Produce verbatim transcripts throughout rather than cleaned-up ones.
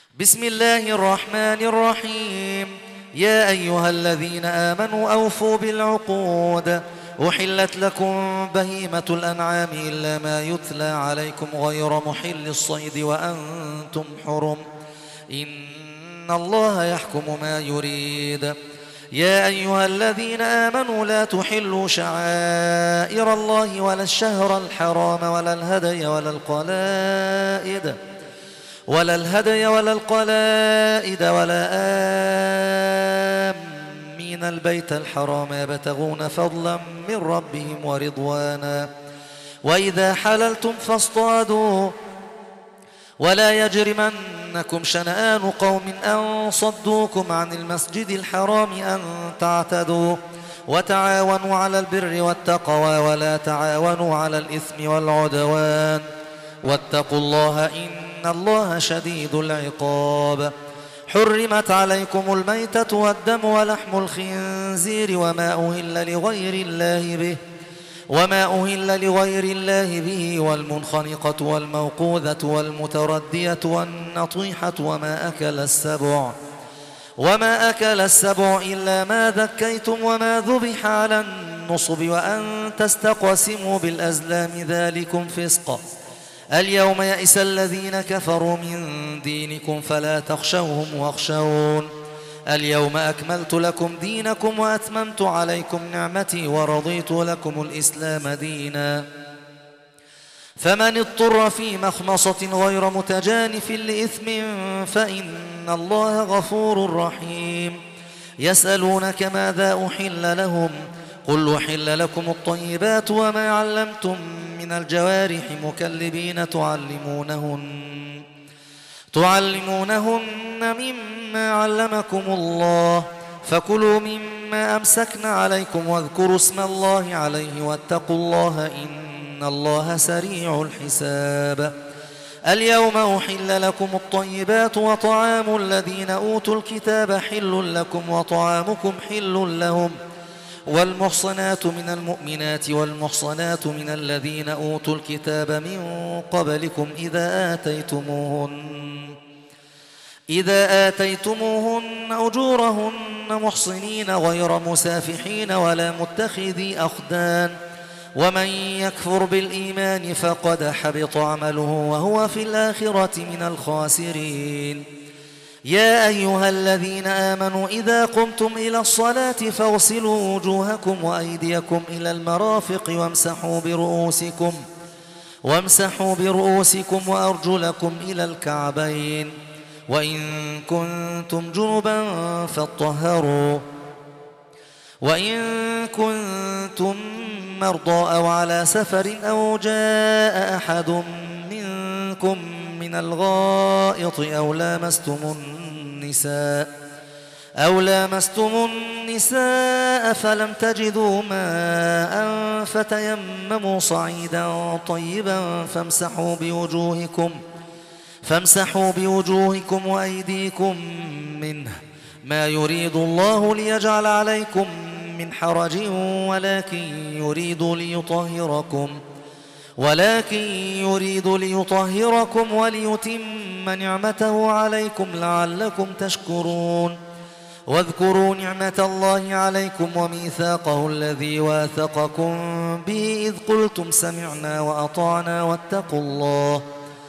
بسم الله الرحمن الرحيم. يا أيها الذين آمنوا أوفوا بالعقود. أحلت لكم بهيمة الأنعام إلا ما يتلى عليكم غير محل الصيد وأنتم حرم، إن الله يحكم ما يريد. يا أيها الذين آمنوا لا تحلوا شعائر الله ولا الشهر الحرام ولا الهدي ولا القلائد ولا الهدي ولا القلائد ولا آمين البيت الحرام يبتغون فضلا من ربهم ورضوانا. وإذا حللتم فاصطادوا ولا يجرمنكم شنآن قوم أن صدوكم عن المسجد الحرام أن تعتدوا. وتعاونوا على البر والتقوى ولا تعاونوا على الإثم والعدوان، واتقوا الله إن الله شديد العقاب. حرمت عليكم الميتة والدم ولحم الخنزير وما أهل لغير الله به وما أهل لغير الله به والمنخنقة والموقوذة والمتردية والنطيحة وما أكل السبع وما أكل السبع إلا ما ذكيتم وما ذبح على النصب وأن تستقسموا بالأزلام ذلكم فسق. اليوم يئس الذين كفروا من دينكم فلا تخشوهم واخشون. اليوم أكملت لكم دينكم وأتممت عليكم نعمتي ورضيت لكم الإسلام دينا. فمن اضطر في مخمصة غير متجانف لإثم فإن الله غفور رحيم. يسألونك ماذا أحل لهم قل أحل لكم الطيبات وما علمتم من الجوارح مكلبين تعلمونهن تعلمونهن مما علمكم الله، فكلوا مما أمسكن عليكم واذكروا اسم الله عليه واتقوا الله إن الله سريع الحساب. اليوم أحل لكم الطيبات وطعام الذين أوتوا الكتاب حل لكم وطعامكم حل لهم. والمحصنات من المؤمنات والمحصنات من الذين أوتوا الكتاب من قبلكم إذا آتيتموهن إذا آتيتموهن أجورهن محصنين غير مسافحين ولا متخذي أخدان، ومن يكفر بالإيمان فقد حبط عمله وهو في الآخرة من الخاسرين. يا أيها الذين آمنوا إذا قمتم إلى الصلاة فاغسلوا وجوهكم وأيديكم إلى المرافق وامسحوا برؤوسكم وامسحوا برؤوسكم وأرجلكم إلى الكعبين، وإن كنتم جنبا فاطهروا وإن كنتم مرضى أو على سفر أو جاء أحد منكم من الغائط أو لامستم النساء أو لامستم النساء فلم تجدوا ماء فتيمموا صعيدا طيبا فامسحوا بوجوهكم فامسحوا بوجوهكم وأيديكم منه، ما يريد الله ليجعل عليكم من حرج ولكن يريد ليطهركم ولكن يريد ليطهركم وليتم نعمته عليكم لعلكم تشكرون. واذكروا نعمة الله عليكم وميثاقه الذي واثقكم به إذ قلتم سمعنا وأطعنا واتقوا الله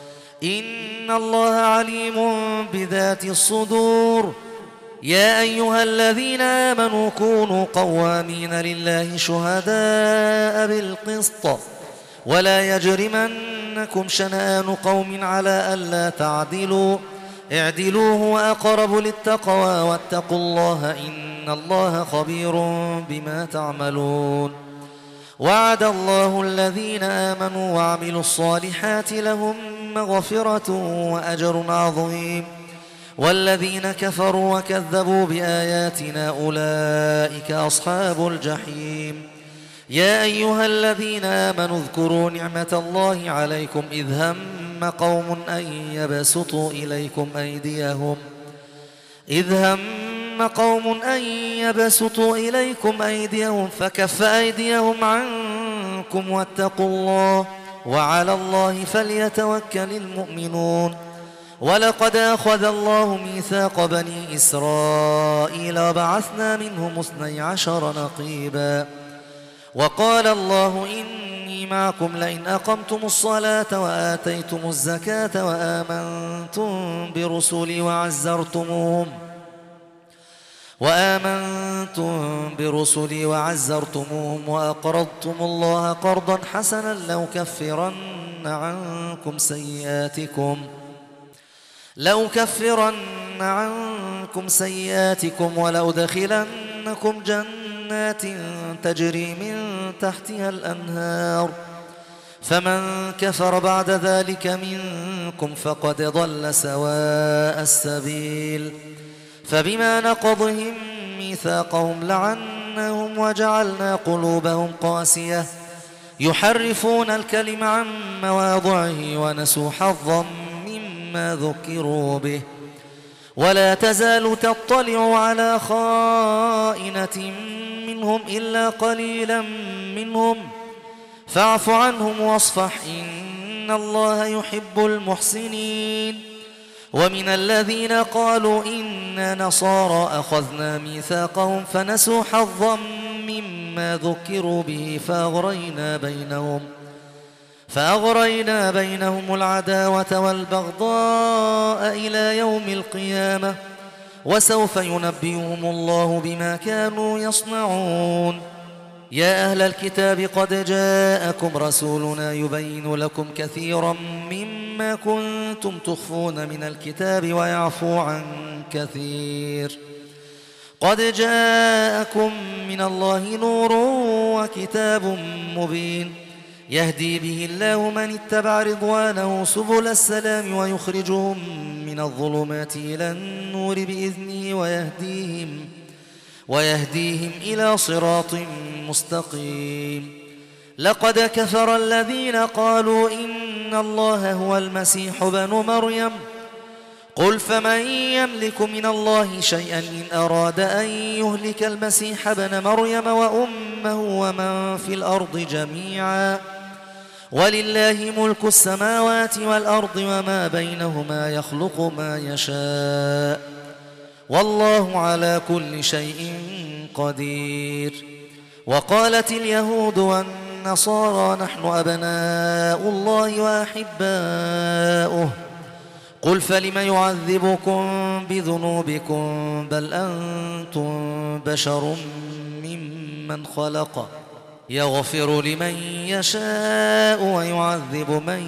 إن الله عليم بذات الصدور. يا أيها الذين آمنوا كونوا قوامين لله شهداء بالقسط ولا يجرمنكم شنآن قوم على ألا تعدلوا اعدلوا هو أقرب للتقوى واتقوا الله إن الله خبير بما تعملون. وعد الله الذين آمنوا وعملوا الصالحات لهم مغفرة وأجر عظيم، والذين كفروا وكذبوا بآياتنا أولئك أصحاب الجحيم. يا أيها الذين آمنوا اذكروا نعمة الله عليكم إذ هم قوم أن يبسطوا إليكم أيديهم إذ هم قوم أن يبسطوا إليكم أيديهم فكف أيديهم عنكم واتقوا الله وعلى الله فليتوكل المؤمنون. ولقد أخذ الله ميثاق بني إسرائيل وبعثنا منهم اثني عشر نقيبا وقال الله إني معكم لئن أقمتم الصلاة وآتيتم الزكاة وآمنتم برسلي وعزرتموهم وآمنتم برسلي وعزرتموهم وأقرضتم الله قرضا حسنا لأكفرن عنكم سيئاتكم لأكفرن عنكم سيئاتكم ولأدخلنكم جنات تجري من تحتها الأنهار فمن كفر بعد ذلك منكم فقد ضل سواء السبيل فبما نقضهم ميثاقهم لعناهم وجعلنا قلوبهم قاسية يحرفون الكلم عن مواضعه ونسوا حظا مما ذكروا به ولا تزال تطلع على خائنة منهم إلا قليلا منهم فاعف عنهم واصفح إن الله يحب المحسنين ومن الذين قالوا إنا نصارى أخذنا ميثاقهم فنسوا حظا مما ذكروا به فأغرينا بينهم فأغرينا بينهم العداوة والبغضاء إلى يوم القيامة وسوف ينبئهم الله بما كانوا يصنعون يا أهل الكتاب قد جاءكم رسولنا يبين لكم كثيرا مما كنتم تخفون من الكتاب ويعفو عن كثير قد جاءكم من الله نور وكتاب مبين يهدي به الله من اتبع رضوانه سبل السلام ويخرجهم من الظلمات إلى النور بإذنه ويهديهم ويهديهم إلى صراط مستقيم لقد كفر الذين قالوا إن الله هو المسيح بن مريم قل فمن يملك من الله شيئا إن أراد أن يهلك المسيح بن مريم وأمه ومن في الأرض جميعا ولله ملك السماوات والأرض وما بينهما يخلق ما يشاء والله على كل شيء قدير وقالت اليهود والنصارى نحن أبناء الله وأحباؤه قل فلم يعذبكم بذنوبكم بل أنتم بشر ممن خلق يغفر لمن يشاء ويعذب من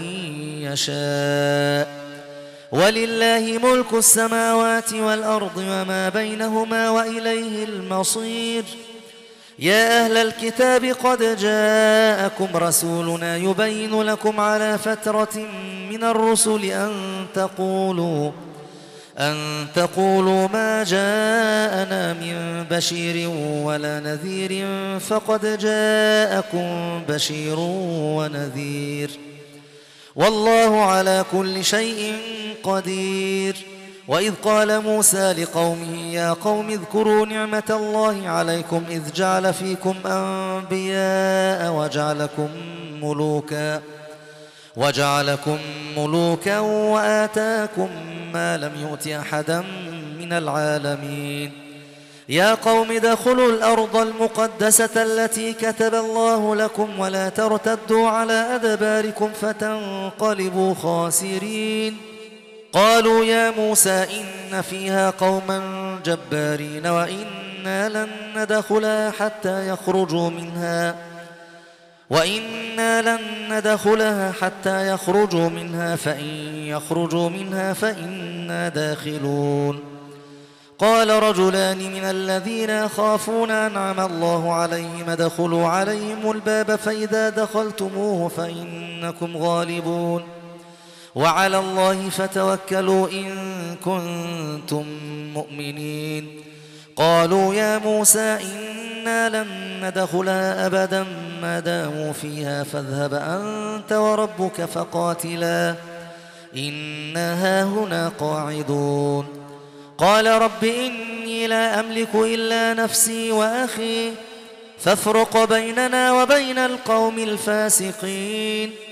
يشاء ولله ملك السماوات والأرض وما بينهما وإليه المصير يا أهل الكتاب قد جاءكم رسولنا يبين لكم على فترة من الرسل أن تقولوا أن تقولوا ما جاءنا من بشير ولا نذير فقد جاءكم بشير ونذير والله على كل شيء قدير وإذ قال موسى لقومه يا قوم اذكروا نعمة الله عليكم إذ جعل فيكم أنبياء وجعلكم ملوكا وجعلكم ملوكا وآتاكم ما لم يؤت أحدا من العالمين يا قوم ادخلوا الأرض المقدسة التي كتب الله لكم ولا ترتدوا على أدباركم فتنقلبوا خاسرين قالوا يا موسى إن فيها قوما جبارين وإنا لن ندخلها حتى يخرجوا منها وإنا لن ندخلها حتى يخرجوا منها فإن يخرجوا منها فإنا داخلون قال رجلان من الذين يخافون أنعم الله عليهم ادخلوا عليهم الباب فإذا دخلتموه فإنكم غالبون وعلى الله فتوكلوا إن كنتم مؤمنين قالوا يا موسى إنا لن ندخلها أبدا ما داموا فيها فاذهب أنت وربك فقاتلا إنا هاهنا قاعدون قال رب إني لا أملك إلا نفسي وأخي فافرق بيننا وبين القوم الفاسقين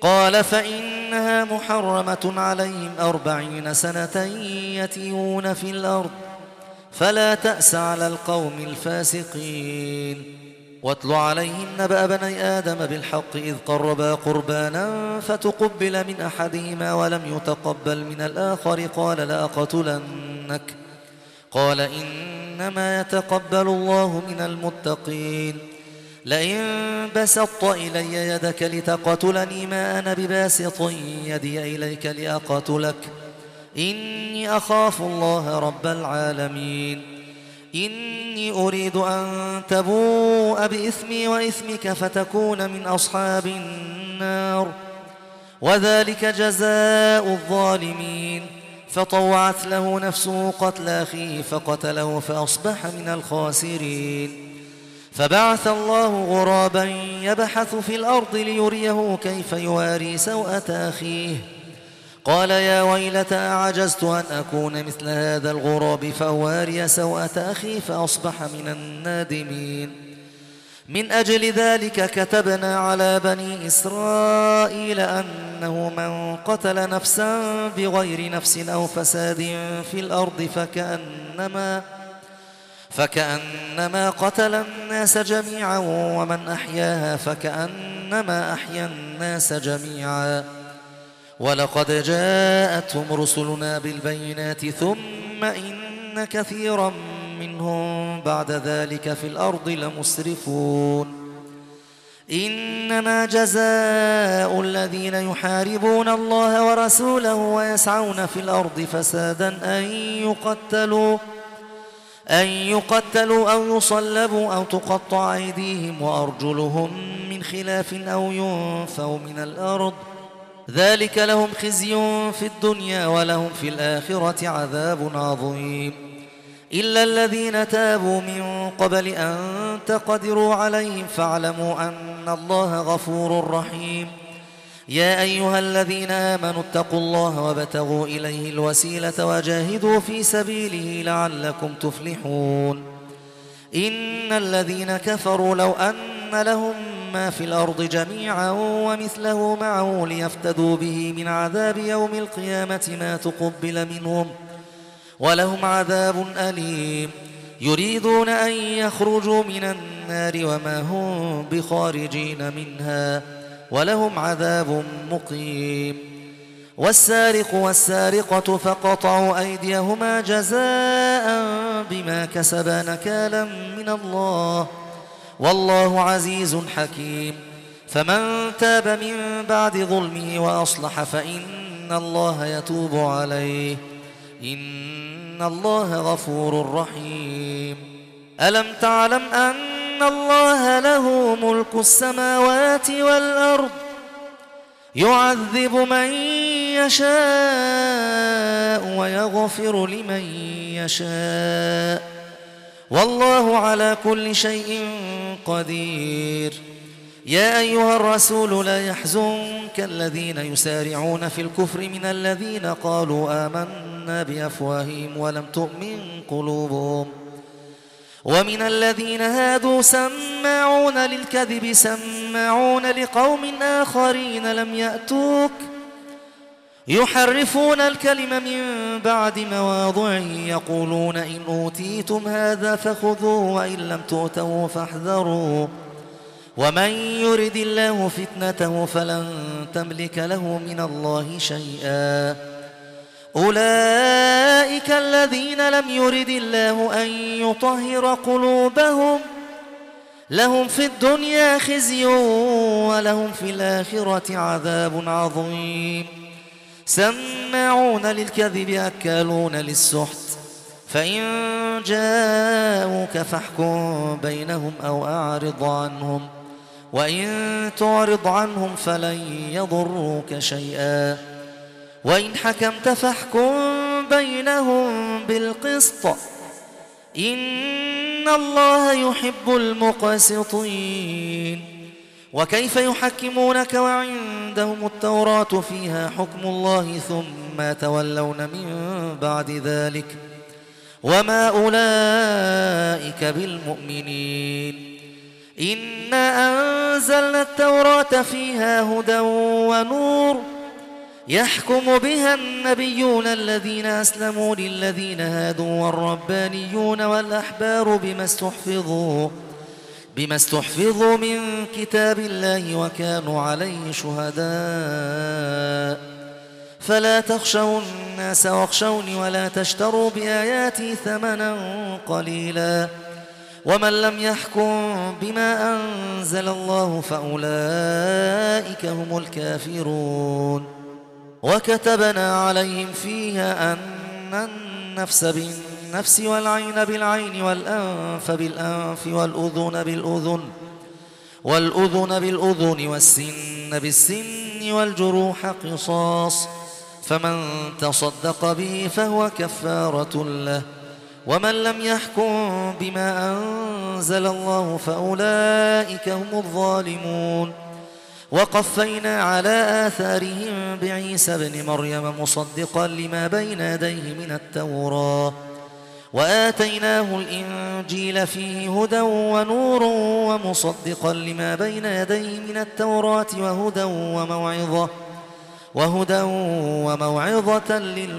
قال فإنها محرمة عليهم أربعين سنة يتيهون في الأرض فلا تأس على القوم الفاسقين. واتل عليهم نبأ بني آدم بالحق إذ قربا قربانا فتقبل من أحدهما ولم يتقبل من الآخر قال لأقتلنك قال إنما يتقبل الله من المتقين. لئن بسطت إلي يدك لتقتلني ما أنا بباسط يدي إليك لأقتلك إني أخاف الله رب العالمين. إني أريد أن تبوء بإثمي وإثمك فتكون من أصحاب النار وذلك جزاء الظالمين. فطوعت له نفسه قتل أخيه فقتله فأصبح من الخاسرين. فبعث الله غرابا يبحث في الأرض ليريه كيف يواري سوءة أخيه قال يا ويلتى أعجزت أن أكون مثل هذا الغراب فأواري سوءة أخي فأصبح من النادمين. من أجل ذلك كتبنا على بني إسرائيل أنه من قتل نفسا بغير نفس أو فساد في الأرض فكأنما فكأنما قتل الناس جميعا ومن أحياها فكأنما أحيا الناس جميعا. ولقد جاءتهم رسلنا بالبينات ثم إن كثيرا منهم بعد ذلك في الأرض لمسرفون. إنما جزاء الذين يحاربون الله ورسوله ويسعون في الأرض فسادا أن يقتلوا أن يقتلوا أو يصلبوا أو تقطع أيديهم وأرجلهم من خلاف أو ينفوا من الأرض ذلك لهم خزي في الدنيا ولهم في الآخرة عذاب عظيم. إلا الذين تابوا من قبل أن تقدروا عليهم فاعلموا أن الله غفور رحيم. يا أيها الذين آمنوا اتقوا الله وابتغوا إليه الوسيلة وجاهدوا في سبيله لعلكم تفلحون. إن الذين كفروا لو أن لهم ما في الأرض جميعا ومثله معه ليفتدوا به من عذاب يوم القيامة ما تقبل منهم ولهم عذاب أليم. يريدون أن يخرجوا من النار وما هم بخارجين منها ولهم عذاب مقيم. والسارق والسارقة فقطعوا أيديهما جزاء بما كسبا نكالا من الله والله عزيز حكيم. فمن تاب من بعد ظلمه وأصلح فإن الله يتوب عليه إن الله غفور رحيم. ألم تعلم أن الله له ملك السماوات والأرض يعذب من يشاء ويغفر لمن يشاء والله على كل شيء قدير. يا أيها الرسول لا يحزنك الذين يسارعون في الكفر من الذين قالوا آمنا بأفواههم ولم تؤمن قلوبهم ومن الذين هادوا سماعون للكذب سماعون لقوم آخرين لم يأتوك يحرفون الكلم من بعد مواضعه يقولون إن أوتيتم هذا فخذوه وإن لم تؤتوه فاحذروا ومن يرد الله فتنته فلن تملك له من الله شيئا. أولئك الذين لم يرد الله أن يطهر قلوبهم لهم في الدنيا خزي ولهم في الآخرة عذاب عظيم. سماعون للكذب أكالون للسحت فإن جاءوك فاحكم بينهم أو أعرض عنهم وإن تعرض عنهم فلن يضروك شيئا وإن حكمت فاحكم بينهم بالقسط إن الله يحب المقسطين. وكيف يحكمونك وعندهم التوراة فيها حكم الله ثم تولون من بعد ذلك وما أولئك بالمؤمنين. إنا أنزلنا التوراة فيها هدى ونور يحكم بها النبيون الذين أسلموا للذين هادوا والربانيون والأحبار بما استحفظوا بما استحفظوا من كتاب الله وكانوا عليه شهداء فلا تخشوا الناس واخشوني ولا تشتروا بآياتي ثمنا قليلا ومن لم يحكم بما أنزل الله فأولئك هم الكافرون وكتبنا عليهم فيها أن النفس بالنفس والعين بالعين والأنف بالأنف والأذن بالأذن والأذن بالأذن والسن بالسن والجروح قصاص فمن تصدق به فهو كفارة له ومن لم يحكم بما أنزل الله فأولئك هم الظالمون وقفينا على آثارهم بعيسى ابن مريم مصدقا لما بين يديه من التوراة وآتيناه الإنجيل فيه هدى ونور ومصدقا لما بين يديه من التوراة وهدى وموعظة وهدى وموعظة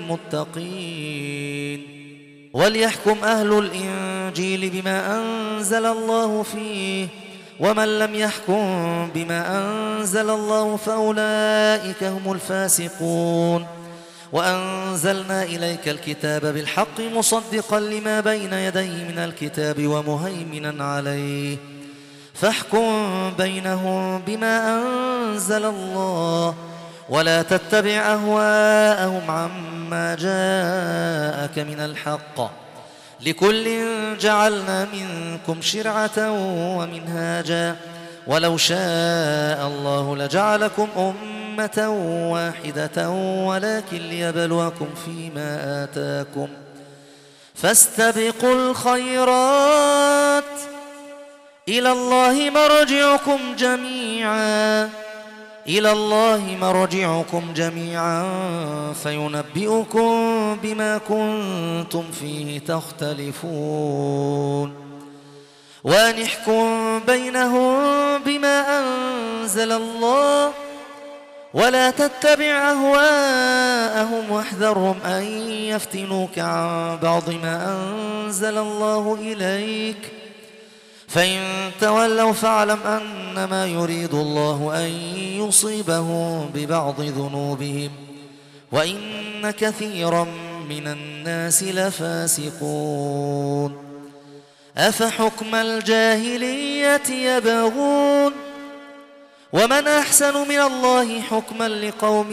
للمتقين وليحكم أهل الإنجيل بما أنزل الله فيه ومن لم يحكم بما أنزل الله فأولئك هم الفاسقون وأنزلنا إليك الكتاب بالحق مصدقا لما بين يديه من الكتاب ومهيمنا عليه فاحكم بينهم بما أنزل الله ولا تتبع أهواءهم عما جاءك من الحق لكل جعلنا منكم شرعة ومنهاجا ولو شاء الله لجعلكم أمة واحدة ولكن ليبلوكم فيما آتاكم فاستبقوا الخيرات إلى الله مرجعكم جميعا إلى الله مرجعكم جميعا فينبئكم بما كنتم فيه تختلفون وأن احكم بينهم بما أنزل الله ولا تتبع أهواءهم واحذرهم أن يفتنوك عن بعض ما أنزل الله إليك فإن تولوا فاعلم أنما يريد الله أن يصيبهم ببعض ذنوبهم وإن كثيرا من الناس لفاسقون أفحكم الجاهلية يبغون ومن أحسن من الله حكما لقوم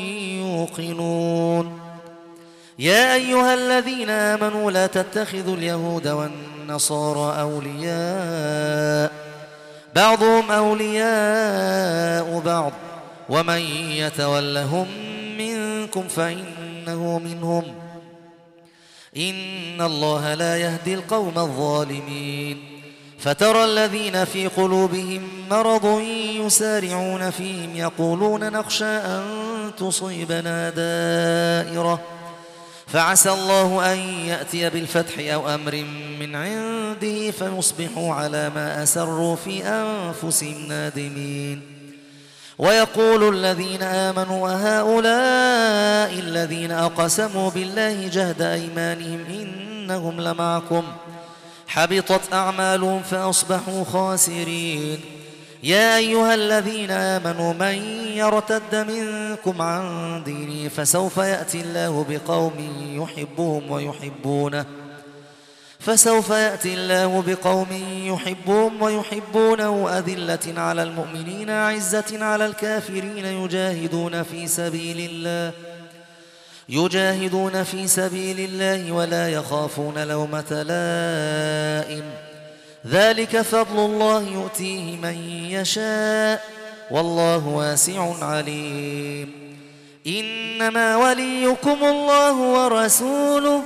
يوقنون يا أيها الذين آمنوا لا تتخذوا اليهود والنصارى أولياء بعضهم أولياء بعض ومن يتولهم منكم فإنه منهم إن الله لا يهدي القوم الظالمين فترى الذين في قلوبهم مرض يسارعون فيهم يقولون نخشى أن تصيبنا دائرة فعسى الله أن يأتي بالفتح أو أمر من عنده فيصبحوا على ما أسروا في أنفسهم نادمين ويقول الذين آمنوا أهؤلاء الذين أقسموا بالله جهد أيمانهم إنهم لمعكم حبطت أعمالهم فأصبحوا خاسرين يا أيها الذين آمنوا من يرتد منكم عن دينه فسوف يأتي الله بقوم يحبهم ويحبونه فسوف يأتي الله بقوم يحبهم ويحبونه أذلة على المؤمنين عزة على الكافرين يجاهدون في سبيل الله يجاهدون في سبيل الله ولا يخافون لومة لائم ذلك فضل الله يؤتيه من يشاء والله واسع عليم إنما وليكم الله ورسوله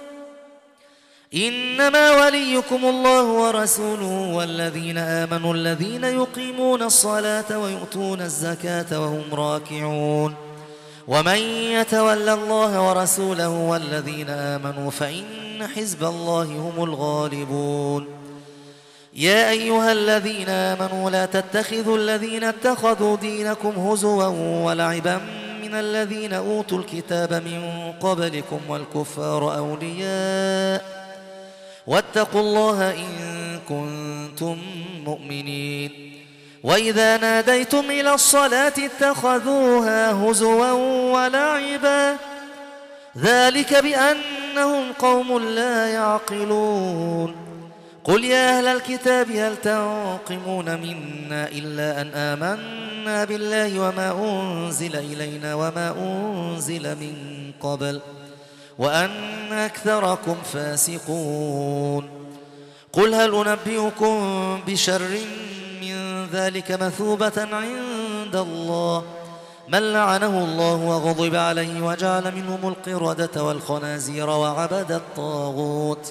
إنما وليكم الله ورسوله والذين آمنوا الذين يقيمون الصلاة ويؤتون الزكاة وهم راكعون ومن يتول الله ورسوله والذين آمنوا فإن حزب الله هم الغالبون يا أيها الذين آمنوا لا تتخذوا الذين اتخذوا دينكم هزوا ولعبا من الذين أوتوا الكتاب من قبلكم والكفار أولياء واتقوا الله إن كنتم مؤمنين وإذا ناديتم إلى الصلاة اتخذوها هزوا ولعبا ذلك بأنهم قوم لا يعقلون قل يا أهل الكتاب هل تنقمون منا إلا أن آمنا بالله وما أنزل إلينا وما أنزل من قبل وأن أكثركم فاسقون قل هل أنبئكم بشر من ذلك مثوبة عند الله من لعنه الله وغضب عليه وجعل منهم القردة والخنازير وعبد الطاغوت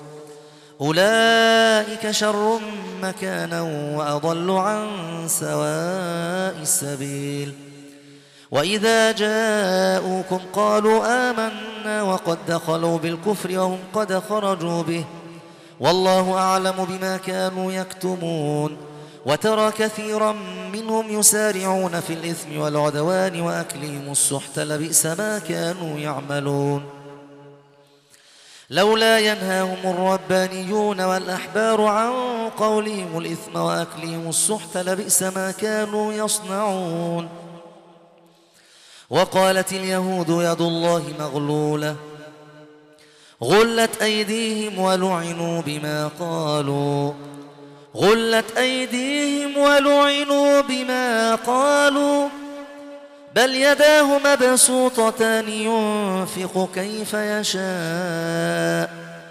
أولئك شر مكانا وأضل عن سواء السبيل وإذا جاءوكم قالوا آمنا وقد دخلوا بالكفر وهم قد خرجوا به والله أعلم بما كانوا يكتمون وترى كثيرا منهم يسارعون في الإثم والعدوان وأكلهم السحت لبئس ما كانوا يعملون لولا ينهاهم الربانيون والأحبار عن قولهم الإثم وأكلهم السحت لبئس ما كانوا يصنعون وقالت اليهود يد الله مغلولة غلت أيديهم ولعنوا بما قالوا غلت أيديهم ولعنوا بما قالوا بل يداه مبسوطتان ينفق كيف يشاء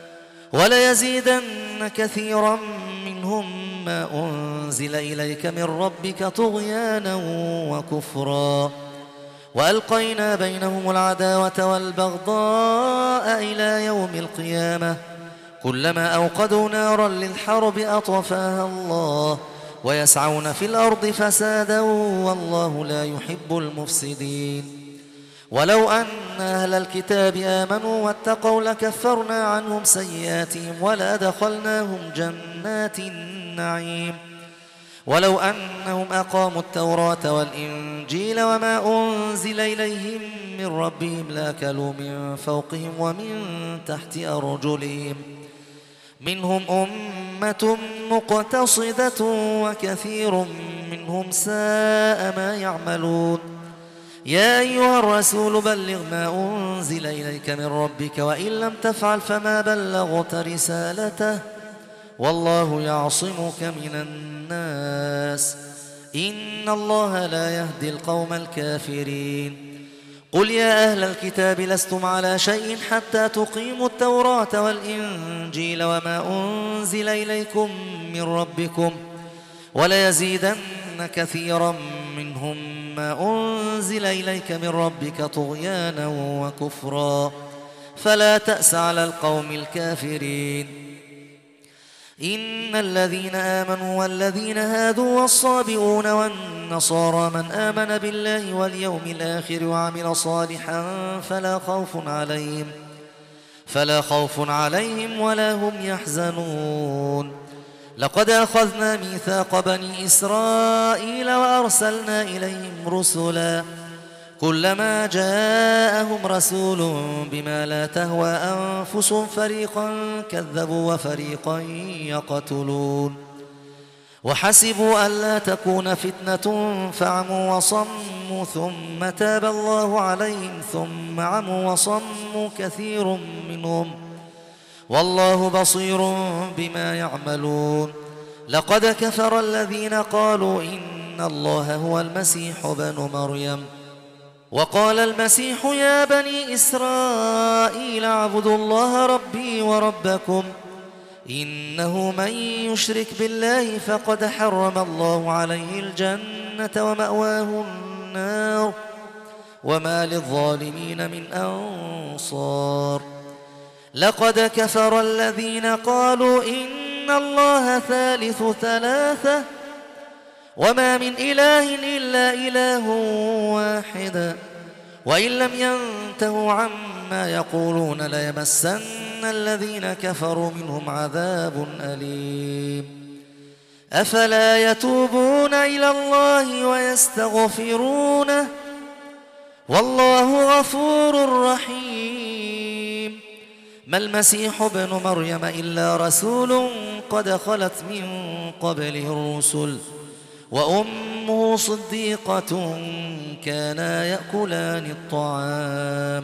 وليزيدن كثيرا منهم ما أنزل إليك من ربك طغيانا وكفرا وألقينا بينهم العداوة والبغضاء إلى يوم القيامة كلما أوقدوا نارا للحرب أطفاها الله ويسعون في الأرض فسادا والله لا يحب المفسدين ولو أن أهل الكتاب آمنوا واتقوا لكفرنا عنهم سيئاتهم ولأدخلناهم جنات النعيم ولو أنهم أقاموا التوراة والإنجيل وما أنزل إليهم من ربهم لأكلوا من فوقهم ومن تحت أرجلهم منهم أمة مقتصدة وكثير منهم ساء ما يعملون يا أيها الرسول بلغ ما أنزل إليك من ربك وإن لم تفعل فما بلغت رسالته والله يعصمك من الناس إن الله لا يهدي القوم الكافرين قل يا أهل الكتاب لستم على شيء حتى تقيموا التوراة والإنجيل وما أنزل إليكم من ربكم وليزيدن كثيرا منهم ما أنزل إليك من ربك طغيانا وكفرا فلا تأس على القوم الكافرين إن الذين آمنوا والذين هادوا والصابئون والنصارى من آمن بالله واليوم الآخر وعمل صالحا فلا خوف عليهم فلا خوف عليهم ولا هم يحزنون لقد أخذنا ميثاق بني إسرائيل وأرسلنا إليهم رسلا كلما جاءهم رسول بما لا تهوى أنفسهم فريقا كذبوا وفريقا يقتلون وحسبوا ألا تكون فتنة فعموا وصموا ثم تاب الله عليهم ثم عموا وصموا كثير منهم والله بصير بما يعملون لقد كفر الذين قالوا إن الله هو المسيح ابن مريم وقال المسيح يا بني إسرائيل اعبدوا الله ربي وربكم إنه من يشرك بالله فقد حرم الله عليه الجنة ومأواه النار وما للظالمين من أنصار لقد كفر الذين قالوا إن الله ثالث ثلاثة وما من إله إلا إله واحد وإن لم ينتهوا عما يقولون ليمسن الذين كفروا منهم عذاب أليم أفلا يتوبون إلى الله ويستغفرونه والله غفور رحيم. ما المسيح ابن مريم إلا رسول قد خلت من قبله الرسل وأمه صديقة كانا يأكلان الطعام.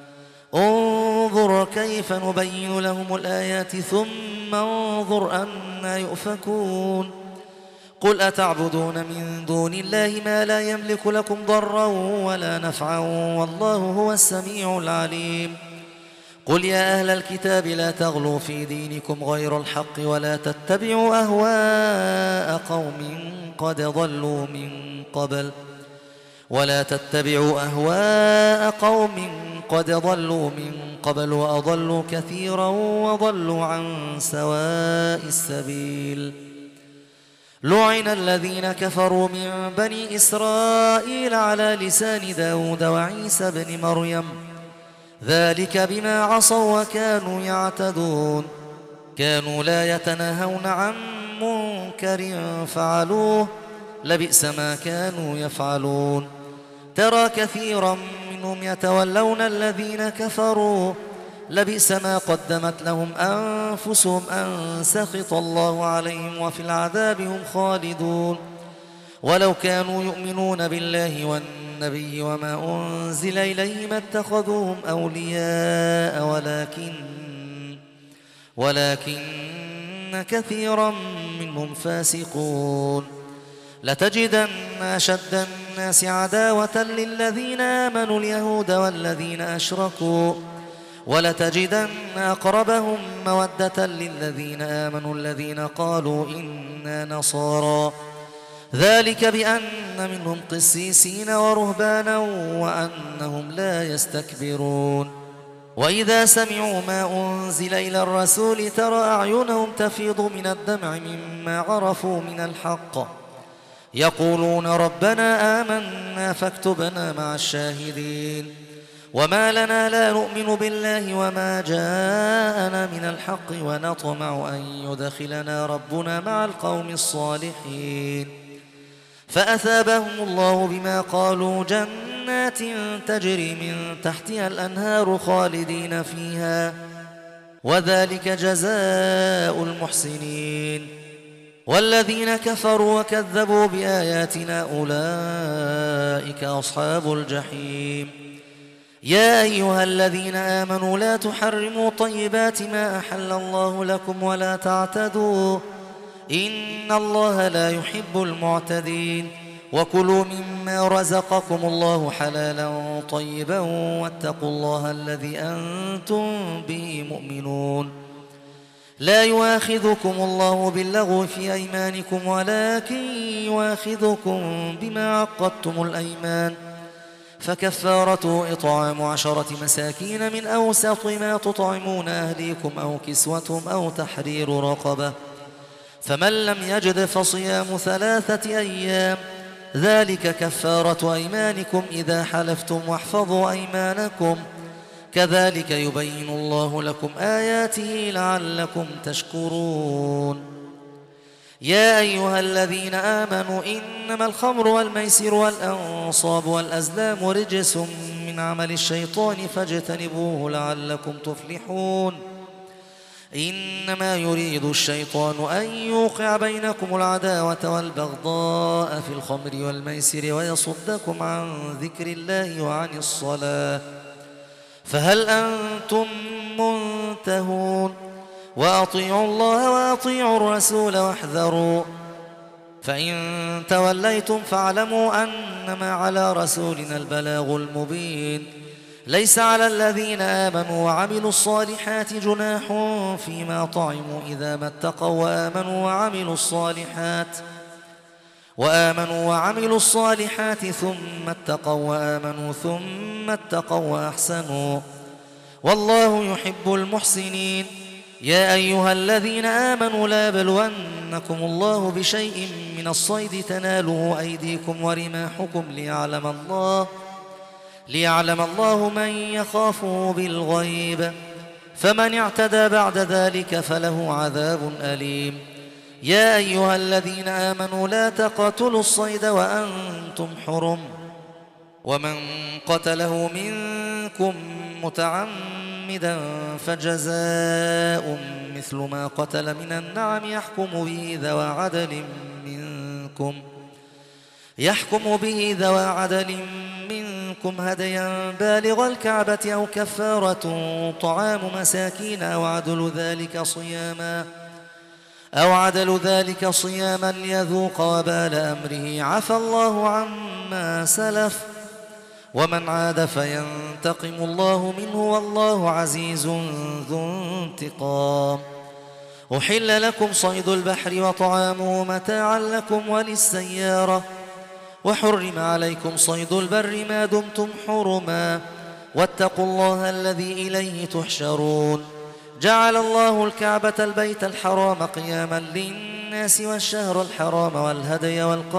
انظر كيف نبين لهم الآيات ثم انظر أنى يؤفكون. قل أتعبدون من دون الله ما لا يملك لكم ضرا ولا نفعا والله هو السميع العليم. قل يا أهل الكتاب لا تغلوا في دينكم غير الحق ولا تتبعوا أهواء قوم قد ضلوا من قبل ولا تتبعوا أهواء قوم قد ضلوا من قبل وأضلوا كثيرا وضلوا عن سواء السبيل. لعن الذين كفروا من بني إسرائيل على لسان داود وعيسى بن مريم ذلك بما عصوا وكانوا يعتدون. كانوا لا يتناهون عن منكر فعلوه لبئس ما كانوا يفعلون. ترى كثيرا منهم يتولون الذين كفروا لبئس ما قدمت لهم أنفسهم أن سخط الله عليهم وفي العذاب هم خالدون. ولو كانوا يؤمنون بالله والنبي وما أنزل إليه ما اتخذوهم أولياء ولكن ولكن كثيرا منهم فاسقون. لتجدن أشد الناس عداوة للذين آمنوا اليهود والذين أشركوا ولتجدن أقربهم مودة للذين آمنوا الذين قالوا إنا نصارى ذلك بأن منهم قسيسين ورهبانا وأنهم لا يستكبرون. وإذا سمعوا ما أنزل إلى الرسول ترى أعينهم تفيض من الدمع مما عرفوا من الحق يقولون ربنا آمنا فاكتبنا مع الشاهدين. وما لنا لا نؤمن بالله وما جاءنا من الحق ونطمع أن يدخلنا ربنا مع القوم الصالحين. فأثابهم الله بما قالوا جنات تجري من تحتها الأنهار خالدين فيها وذلك جزاء المحسنين. والذين كفروا وكذبوا بآياتنا أولئك أصحاب الجحيم. يا أيها الذين آمنوا لا تحرموا طيبات ما أحل الله لكم ولا تعتدوا إن الله لا يحب المعتدين. وكلوا مما رزقكم الله حلالا طيبا واتقوا الله الذي أنتم به مؤمنون. لا يؤاخذكم الله باللغو في أيمانكم ولكن يؤاخذكم بما عقدتم الأيمان فكفارته إطعام عشرة مساكين من أوسط ما تطعمون أهليكم أو كسوتهم أو تحرير رقبة فمن لم يجد فصيام ثلاثة أيام ذلك كفارة أيمانكم إذا حلفتم واحفظوا أيمانكم كذلك يبين الله لكم آياته لعلكم تشكرون. يا أيها الذين آمنوا إنما الخمر والميسر والأنصاب والأزلام رجس من عمل الشيطان فاجتنبوه لعلكم تفلحون. إنما يريد الشيطان أن يوقع بينكم العداوة والبغضاء في الخمر والميسر ويصدكم عن ذكر الله وعن الصلاة فهل أنتم منتهون. وأطيعوا الله وأطيعوا الرسول واحذروا فإن توليتم فاعلموا أنما على رسولنا البلاغ المبين. ليس على الذين آمنوا وعملوا الصالحات جناح فيما طعموا إذا ما اتقوا وآمنوا وعملوا الصالحات وآمنوا وعملوا الصالحات ثم اتقوا وآمنوا ثم اتقوا وأحسنوا والله يحب المحسنين. يا أيها الذين آمنوا لا يبلونكم الله بشيء من الصيد تناله أيديكم ورماحكم ليعلم الله ليعلم الله من يخافه بالغيب فمن اعتدى بعد ذلك فله عذاب أليم. يا أيها الذين آمنوا لا تقتلوا الصيد وأنتم حرم ومن قتله منكم متعمدا فجزاء مثل ما قتل من النعم يحكم به ذوى عدل منكم يحكم به ذوى عدل منكم هديا بالغ الكعبة أو كفارة طعام مساكين أو عدل ذلك صياما أو عدل ذلك صياما ليذوق وبال أمره عفى الله عما سلف ومن عاد فينتقم الله منه والله عزيز ذو انتقام. أحل لكم صيد البحر وطعامه متاعا لكم وللسيارة وحرم عليكم صيد البر ما دمتم حرما واتقوا الله الذي إليه تحشرون. جعل الله الكعبة البيت الحرام قياما للناس والشهر الحرام والهدي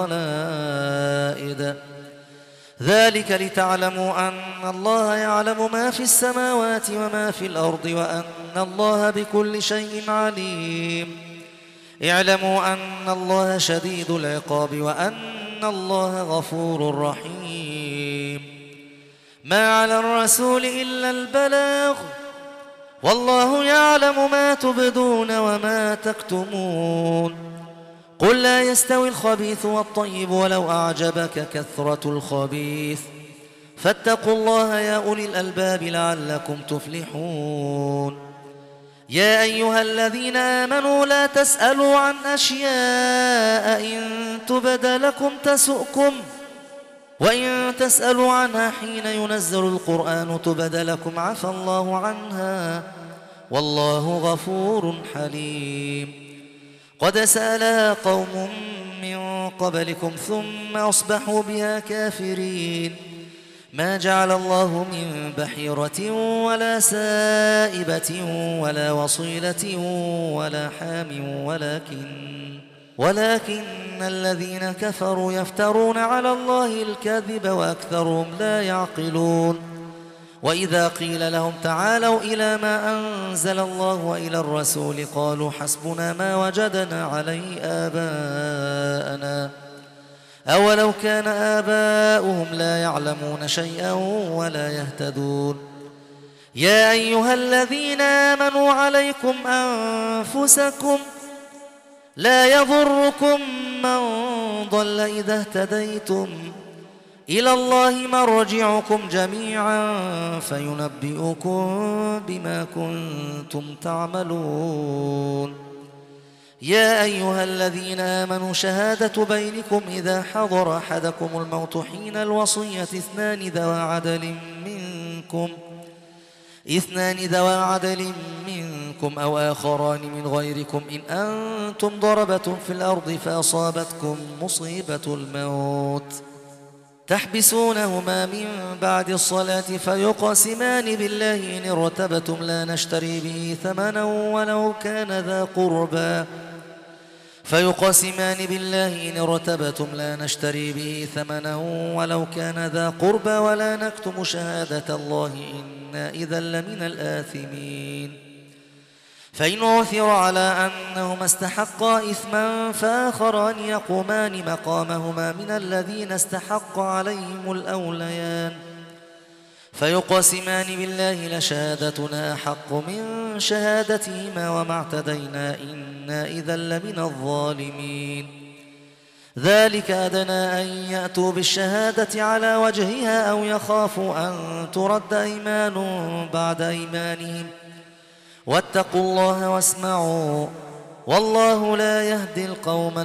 والقلائد ذلك لتعلموا أن الله يعلم ما في السماوات وما في الأرض وأن الله بكل شيء عليم. اعلموا أن الله شديد العقاب وأن الله غفور رحيم. ما على الرسول إلا البلاغ والله يعلم ما تبدون وما تكتمون. قل لا يستوي الخبيث والطيب ولو أعجبك كثرة الخبيث فاتقوا الله يا أولي الألباب لعلكم تفلحون. يا أيها الذين آمنوا لا تسألوا عن أشياء إن تبد لكم تسؤكم وإن تسألوا عنها حين ينزل القرآن تبد لكم عفى الله عنها والله غفور حليم. قد سألها قوم من قبلكم ثم أصبحوا بها كافرين. ما جعل الله من بحيرة ولا سائبة ولا وصيلة ولا حام ولكن ولكن الذين كفروا يفترون على الله الكذب وأكثرهم لا يعقلون. وإذا قيل لهم تعالوا إلى ما أنزل الله وإلى الرسول قالوا حسبنا ما وجدنا عليه آباءنا أولو كان آباؤهم لا يعلمون شيئا ولا يهتدون. يا أيها الذين آمنوا عليكم أنفسكم لا يضركم من ضل إذا اهتديتم إلى الله مرجعكم جميعا فينبئكم بما كنتم تعملون. يا أيها الذين آمنوا شهادة بينكم إذا حضر أحدكم الموت حين الوصية اثنان ذوى عدل منكم اثنان ذوى عدل منكم أو آخران من غيركم إن أنتم ضربتم في الأرض فأصابتكم مصيبة الموت تحبسونهما من بعد الصلاة فيقسمان بالله إن ارتبتم لا نشتري به ثمنا ولو كان ذا قربى فيقسمان بالله إن ارتبتم لا نشتري به ثمنا ولو كان ذا قربى ولا نكتم شهادة الله إنا إذا لمن الآثمين. فإن عثر على أنهما استحقا إثما فآخران يقومان مقامهما من الذين استحق عليهم الأوليان فيقسمان بالله لشهادتنا أحق من شهادتهما وما اعتدينا إنا إذا لمن الظالمين. ذلك أدنى أن يأتوا بالشهادة على وجهها أو يخافوا أن ترد أيمان بعد أيمانهم واتقوا الله واسمعوا والله لا يهدي القوم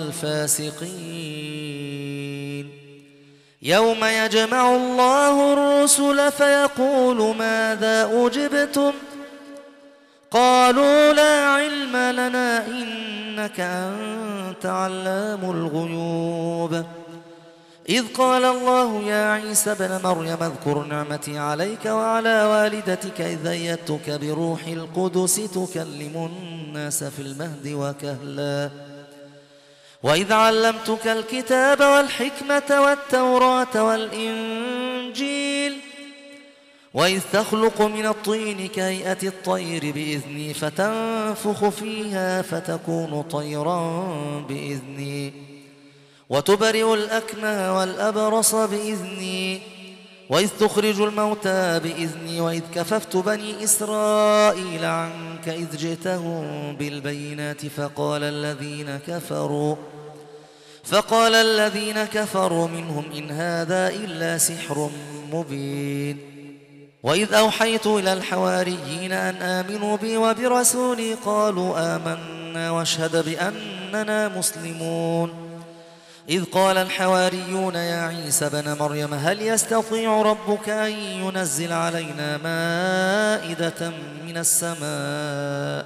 الفاسقين. يوم يجمع الله الرسل فيقول ماذا أجبتم قالوا لا علم لنا إنك أنت علام الغيوب. إذ قال الله يا عيسى ابن مريم اذكر نعمتي عليك وعلى والدتك إذ أيدتك بروح القدس تكلم الناس في المهد وكهلا وإذ علمتك الكتاب والحكمة والتوراة والإنجيل وإذ تخلق من الطين كهيئة الطير بإذني فتنفخ فيها فتكون طيرا بإذني وتبرئ الأكمه والأبرص بإذني وإذ تخرج الموتى بإذني وإذ كففت بني إسرائيل عنك إذ جئتهم بالبينات فقال الذين كفروا فقال الذين كفروا منهم إن هذا إلا سحر مبين وإذ أوحيت إلى الحواريين أن آمنوا بي وبرسولي قالوا آمنا واشهد بأننا مسلمون إذ قال الحواريون يا عيسى بن مريم هل يستطيع ربك أن ينزل علينا مائدة من السماء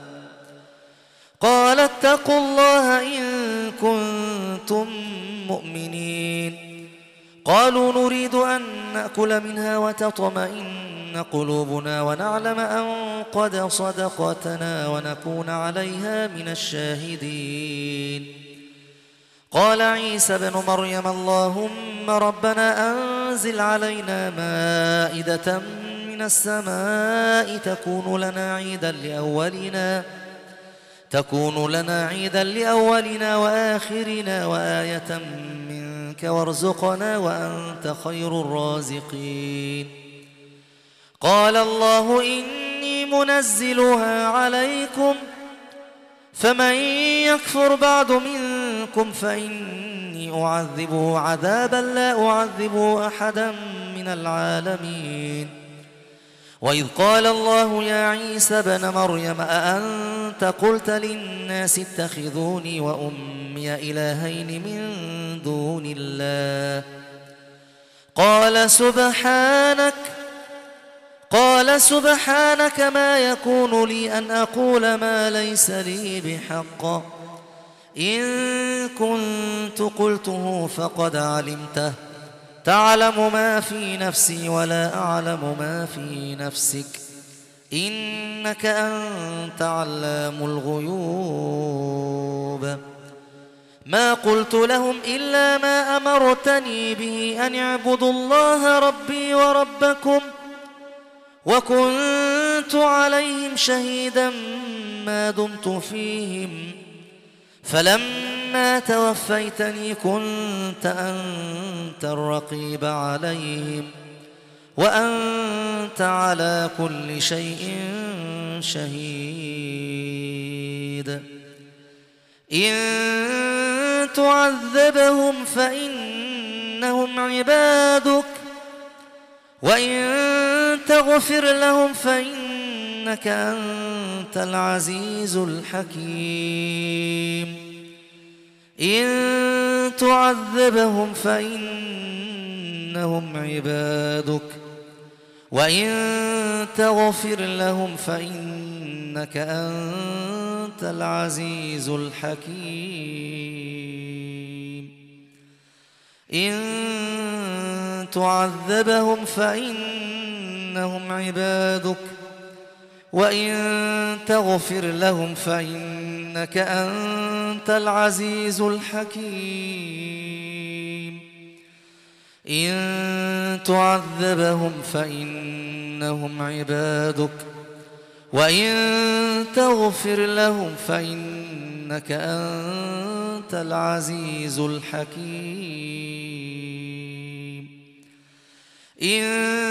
قال اتقوا الله إن كنتم مؤمنين قالوا نريد أن نأكل منها وتطمئن قلوبنا ونعلم أن قد صدقتنا ونكون عليها من الشاهدين قال عيسى بن مريم اللهم ربنا أنزل علينا مائدة من السماء تكون لنا عيدا لأولنا تكون لنا عيدا لأولنا وآخرنا وآية منك وارزقنا وأنت خير الرازقين قال الله إني منزلها عليكم فمن يكفر بعد منكم فإني أعذبه عذابا لا أعذبه أحدا من العالمين وإذ قال الله يا عيسى بن مريم أأنت قلت للناس اتخذوني وأمي إلهين من دون الله قال سبحانك قال سبحانك ما يكون لي أن أقول ما ليس لي بحق إن كنت قلته فقد علمته تعلم ما في نفسي ولا أعلم ما في نفسك إنك أنت علام الغيوب ما قلت لهم إلا ما أمرتني به أن اعبدوا الله ربي وربكم وكنت عليهم شهيدا ما دمت فيهم فلما توفيتني كنت أنت الرقيب عليهم وأنت على كل شيء شهيد إن تعذبهم فإنهم عبادك وإن تغفر لهم فإنك أنت العزيز الحكيم إن تعذبهم فإنهم عبادك وإن تغفر لهم فإنك أنت العزيز الحكيم إن تعذبهم فإنهم عبادك وإن تغفر لهم فإنك أنت العزيز الحكيم إن تعذبهم فإنهم عبادك وإن تغفر لهم فإنك أنت العزيز الحكيم إن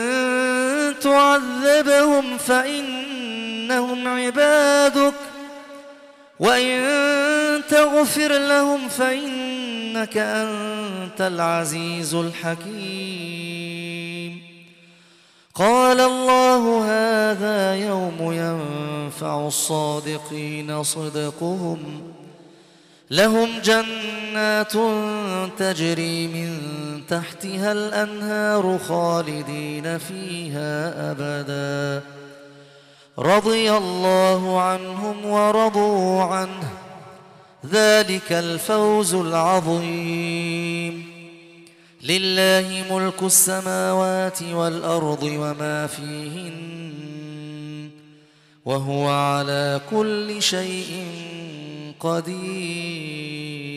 تعذبهم فإنهم عبادك وإن تغفر لهم فإنك أنت العزيز الحكيم قال الله هذا يوم ينفع الصادقين صدقهم لهم جنات تجري من تحتها الأنهار خالدين فيها أبدا رضي الله عنهم ورضوا عنه ذلك الفوز العظيم لله ملك السماوات والأرض وما فيهن وهو على كل شيء قدير.